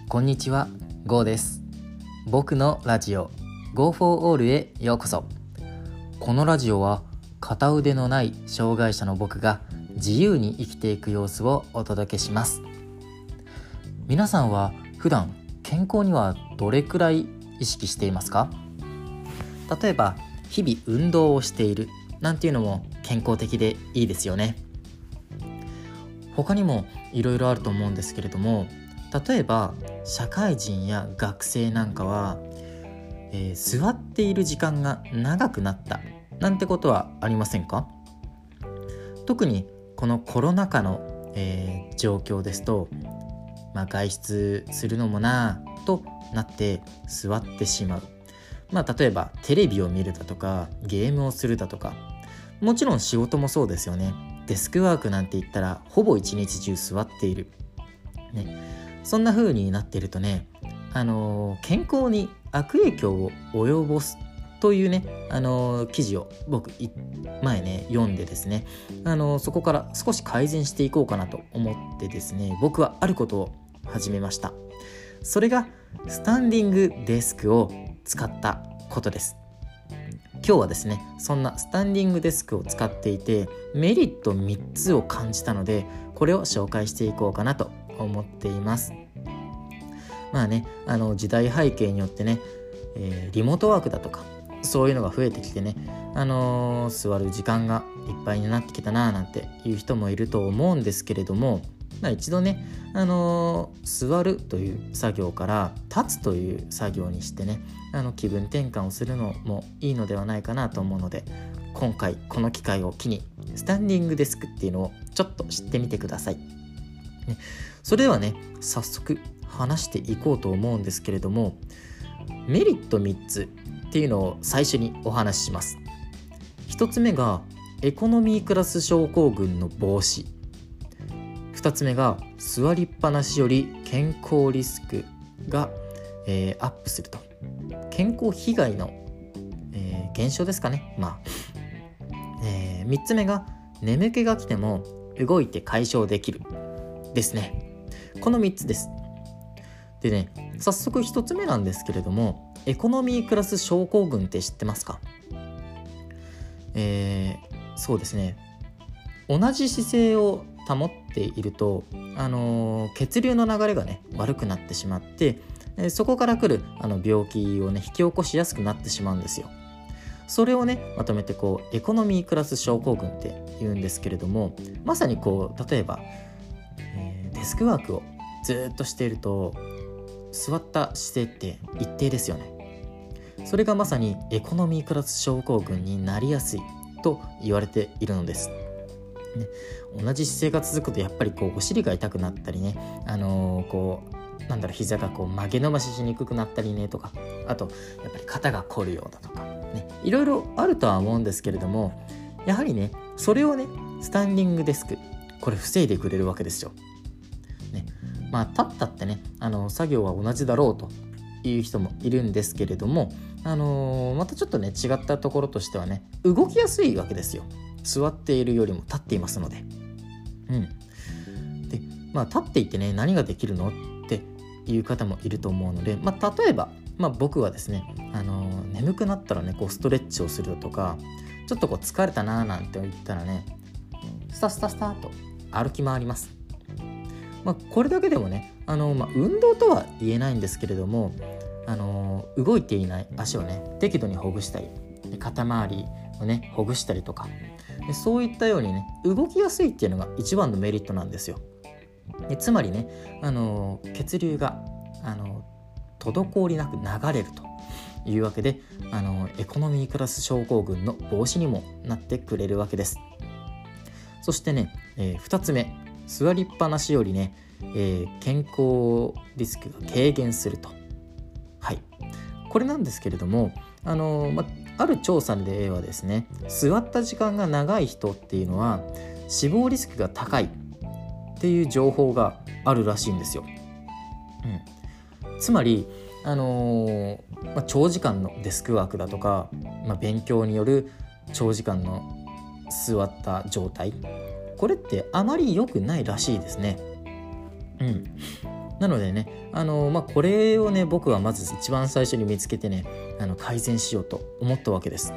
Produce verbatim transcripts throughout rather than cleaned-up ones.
こんにちは、ゴーです。僕のラジオ Go for All へようこそ。このラジオは片腕のない障害者の僕が自由に生きていく様子をお届けします。皆さんは普段健康にはどれくらい意識していますか？例えば日々運動をしているなんていうのも健康的でいいですよね。他にもいろいろあると思うんですけれども、例えば社会人や学生なんかは、えー、座っている時間が長くなったなんてことはありませんか？特にこのコロナ禍の、えー、状況ですと、まあ、外出するのもなぁとなって座ってしまう。まあ、例えばテレビを見るだとかゲームをするだとか、もちろん仕事もそうですよね。デスクワークなんて言ったらほぼ一日中座っている、ね、そんな風になっているとね、あのー、健康に悪影響を及ぼすというね、あのー、記事を僕前ね読んでですね、あのー、そこから少し改善していこうかなと思ってですね、僕はあることを始めました。それがスタンディングデスクを使ったことです。今日はですね、そんなスタンディングデスクを使っていてメリットみっつを感じたので、これを紹介していこうかなと思っています。まあね、あの時代背景によってね、えー、リモートワークだとかそういうのが増えてきてね、あのー、座る時間がいっぱいになってきたななんていう人もいると思うんですけれども、まあ、一度ね、あのー、座るという作業から立つという作業にしてね、あの気分転換をするのもいいのではないかなと思うので、今回この機会を機にスタンディングデスクっていうのをちょっと知ってみてください、ね、それではね、早速話していこうと思うんですけれども、メリットみっつっていうのを最初にお話しします。ひとつめがエコノミークラス症候群の防止、ふたつめが座りっぱなしより健康リスクが、えー、アップすると、健康被害の、えー、減少ですかね。まあ、えー、みっつめが眠気が来ても動いて解消できるですね。このみっつです。でね、早速ひとつめなんですけれども、エコノミークラス症候群って知ってますか？えー、そうですね、同じ姿勢を保っていると、あのー、血流の流れがね悪くなってしまって、えー、そこから来るあの病気をね引き起こしやすくなってしまうんですよ。それをねまとめてこうエコノミークラス症候群って言うんですけれども、まさにこう例えば、えー、デスクワークをずっとしていると座った姿勢って一定ですよね。それがまさにエコノミークラス症候群になりやすいと言われているのです、ね、同じ姿勢が続くとやっぱりこうお尻が痛くなったりね、あのー、こうなんだろう膝がこう曲げ伸ばししにくくなったりねとか、あとやっぱり肩が凝るようだとかね、いろいろあるとは思うんですけれども、やはりねそれをねスタンディングデスクこれ防いでくれるわけですよ、ね。まあ立ったってね、あの作業は同じだろうという人もいるんですけれども、あのー、またちょっとね違ったところとしてはね、動きやすいわけですよ。座っているよりも立っていますので、うん。で、まあ立っていてね何ができるのっていう方もいると思うので、まあ例えば、まあ僕はですね、あのー、眠くなったらねこうストレッチをするとか、ちょっとこう疲れたなーなんて言ったらね、スタスタスタと歩き回ります。まあ、これだけでもね、あの、まあ、運動とは言えないんですけれども、あの動いていない足をね適度にほぐしたり、肩周りをねほぐしたりとか、でそういったようにね動きやすいっていうのが一番のメリットなんですよ。でつまりね、あの血流があの滞りなく流れるというわけで、あのエコノミークラス症候群の防止にもなってくれるわけです。そしてね、えー、ふたつめ、座りっぱなしよりね、えー、健康リスクが軽減すると。はい、これなんですけれども、あのーま、ある調査ではですね、座った時間が長い人っていうのは死亡リスクが高いっていう情報があるらしいんですよ、うん、つまり、あのーま、長時間のデスクワークだとか、ま、勉強による長時間の座った状態、これってあまり良くないらしいですね。うん。 なのでね、あのまあ、これをね僕はまず一番最初に見つけてね、あの改善しようと思ったわけです。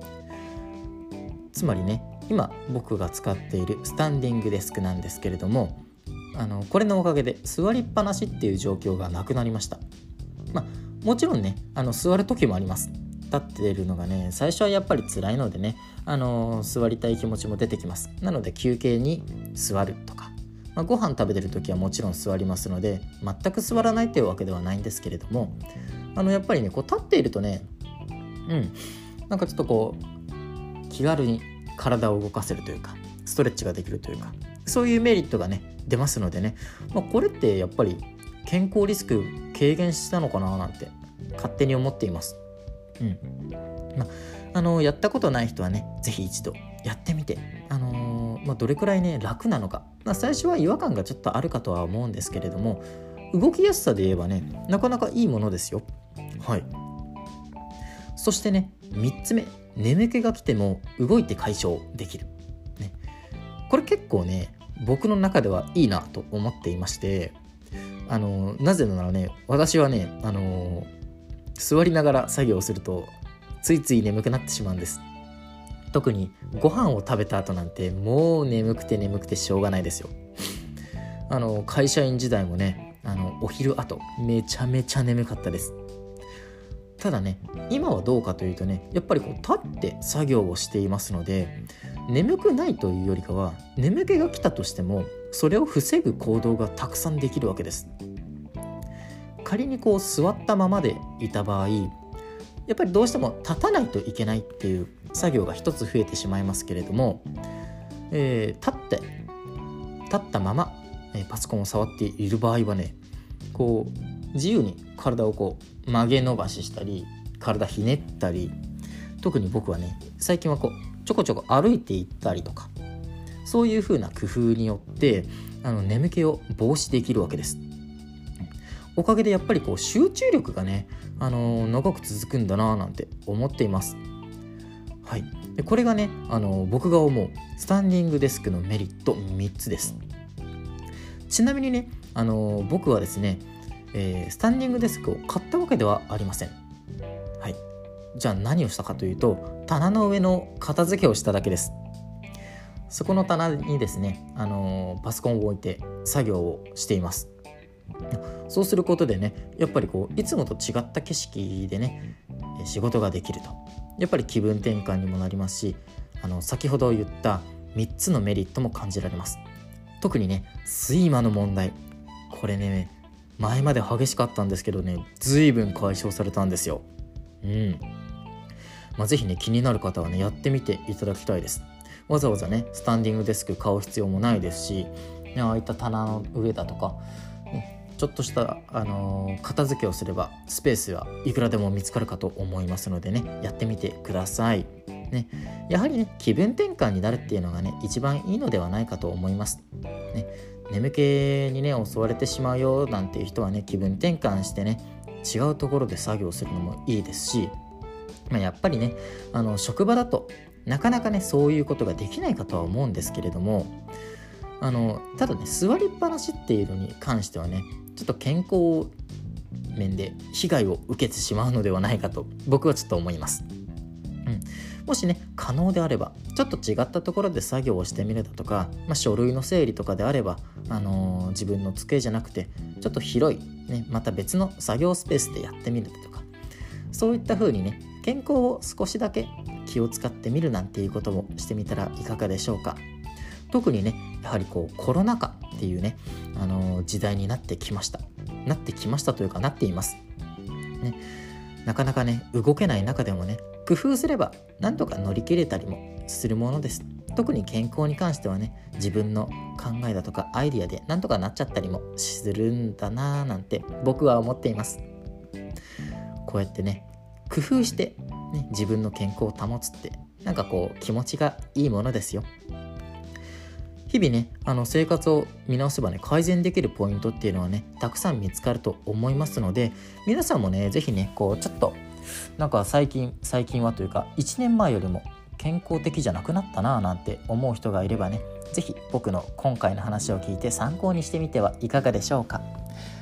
つまりね、今僕が使っているスタンディングデスクなんですけれども、あのこれのおかげで座りっぱなしっていう状況がなくなりました。まあ、もちろんね、あの座る時もあります。立っているのがね、最初はやっぱり辛いのでね、あの座りたい気持ちも出てきます。なので休憩に座るとか、まあ、ご飯食べてる時はもちろん座りますので、全く座らないというわけではないんですけれども、あのやっぱりね、こう立っているとね、うんなんかちょっとこう気軽に体を動かせるというか、ストレッチができるというか、そういうメリットがね出ますのでね、まあ、これってやっぱり健康リスク軽減したのかななんて勝手に思っています。うんまあ、あのやったことない人はね、ぜひ一度やってみて、あのーまあ、どれくらいね楽なのか、まあ、最初は違和感がちょっとあるかとは思うんですけれども、動きやすさで言えばね、なかなかいいものですよ。はい。そしてね、みっつめ、眠気が来ても動いて解消できる、ね、これ結構ね僕の中ではいいなと思っていまして、あのなぜならね、私はね、あの座りながら作業をするとついつい眠くなってしまうんです。特にご飯を食べた後なんてもう眠くて眠くてしょうがないですよ。あの会社員時代もね、あのお昼後めちゃめちゃ眠かったです。ただね、今はどうかというとね、やっぱりこう立って作業をしていますので、眠くないというよりかは、眠気が来たとしてもそれを防ぐ行動がたくさんできるわけです。仮にこう座ったままでいた場合、やっぱりどうしても立たないといけないっていう作業が一つ増えてしまいますけれども、えー、立って立ったまま、えー、パソコンを触っている場合はね、こう自由に体をこう曲げ伸ばししたり、体ひねったり、特に僕はね最近はこうちょこちょこ歩いていったりとか、そういう風な工夫によってあの眠気を防止できるわけです。おかげでやっぱりこう集中力がね、あのー、長く続くんだななんて思っています。はい。でこれがね、あのー、僕が思うスタンディングデスクのメリットみっつです。ちなみにね、あのー、僕はですね、えー、スタンディングデスクを買ったわけではありません。はい。じゃあ何をしたかというと、棚の上の片付けをしただけです。そこの棚にですね、あのー、パソコンを置いて作業をしています。そうすることでね、やっぱりこういつもと違った景色でね仕事ができると、やっぱり気分転換にもなりますし、あの先ほど言ったみっつのメリットも感じられます。特にね、睡魔の問題、これね前まで激しかったんですけどね、ずいぶん解消されたんですよ。うんまあ、ぜひね気になる方はねやってみていただきたいです。わざわざねスタンディングデスク買う必要もないですし、ね、ああいった棚の上だとか、ね、ちょっとした、あのー、片付けをすればスペースはいくらでも見つかるかと思いますのでね、やってみてください、ね、やはりね気分転換になるっていうのがね一番いいのではないかと思います、ね、眠気にね襲われてしまうよなんていう人はね、気分転換してね違うところで作業するのもいいですし、まあ、やっぱりねあの職場だとなかなかねそういうことができないかとは思うんですけれども、あのただね座りっぱなしっていうのに関してはね、ちょっと健康面で被害を受けてしまうのではないかと僕はちょっと思います、うん、もしね可能であればちょっと違ったところで作業をしてみるだとか、まあ、書類の整理とかであれば、あのー、自分の机じゃなくてちょっと広い、ね、また別の作業スペースでやってみるだとか、そういった風にね健康を少しだけ気を使ってみるなんていうこともしてみたらいかがでしょうか。特にねやはりこうコロナ禍っていうね、あのー、時代になってきましたなってきましたというかなっています、ね、なかなかね動けない中でもね工夫すればなんとか乗り切れたりもするものです。特に健康に関してはね、自分の考えだとかアイディアでなんとかなっちゃったりもするんだなぁなんて僕は思っています。こうやってね工夫して、ね、自分の健康を保つってなんかこう気持ちがいいものですよ。日々ねあの生活を見直せばね改善できるポイントっていうのはねたくさん見つかると思いますので、皆さんもねぜひねこうちょっとなんか最近最近はというかいちねんまえよりも健康的じゃなくなったなぁなんて思う人がいればね、ぜひ僕の今回の話を聞いて参考にしてみてはいかがでしょうか。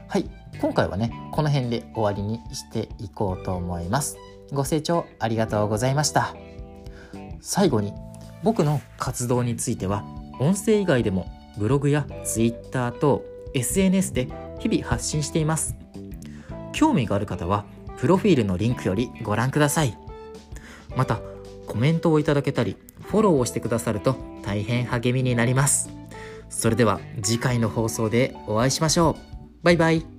はい、今回はねこの辺で終わりにしていこうと思います。ご清聴ありがとうございました。最後に僕の活動については音声以外でもブログやツイッター等 エスエヌエス で日々発信しています。興味がある方はプロフィールのリンクよりご覧ください。またコメントをいただけたりフォローをしてくださると大変励みになります。それでは次回の放送でお会いしましょう。バイバイ。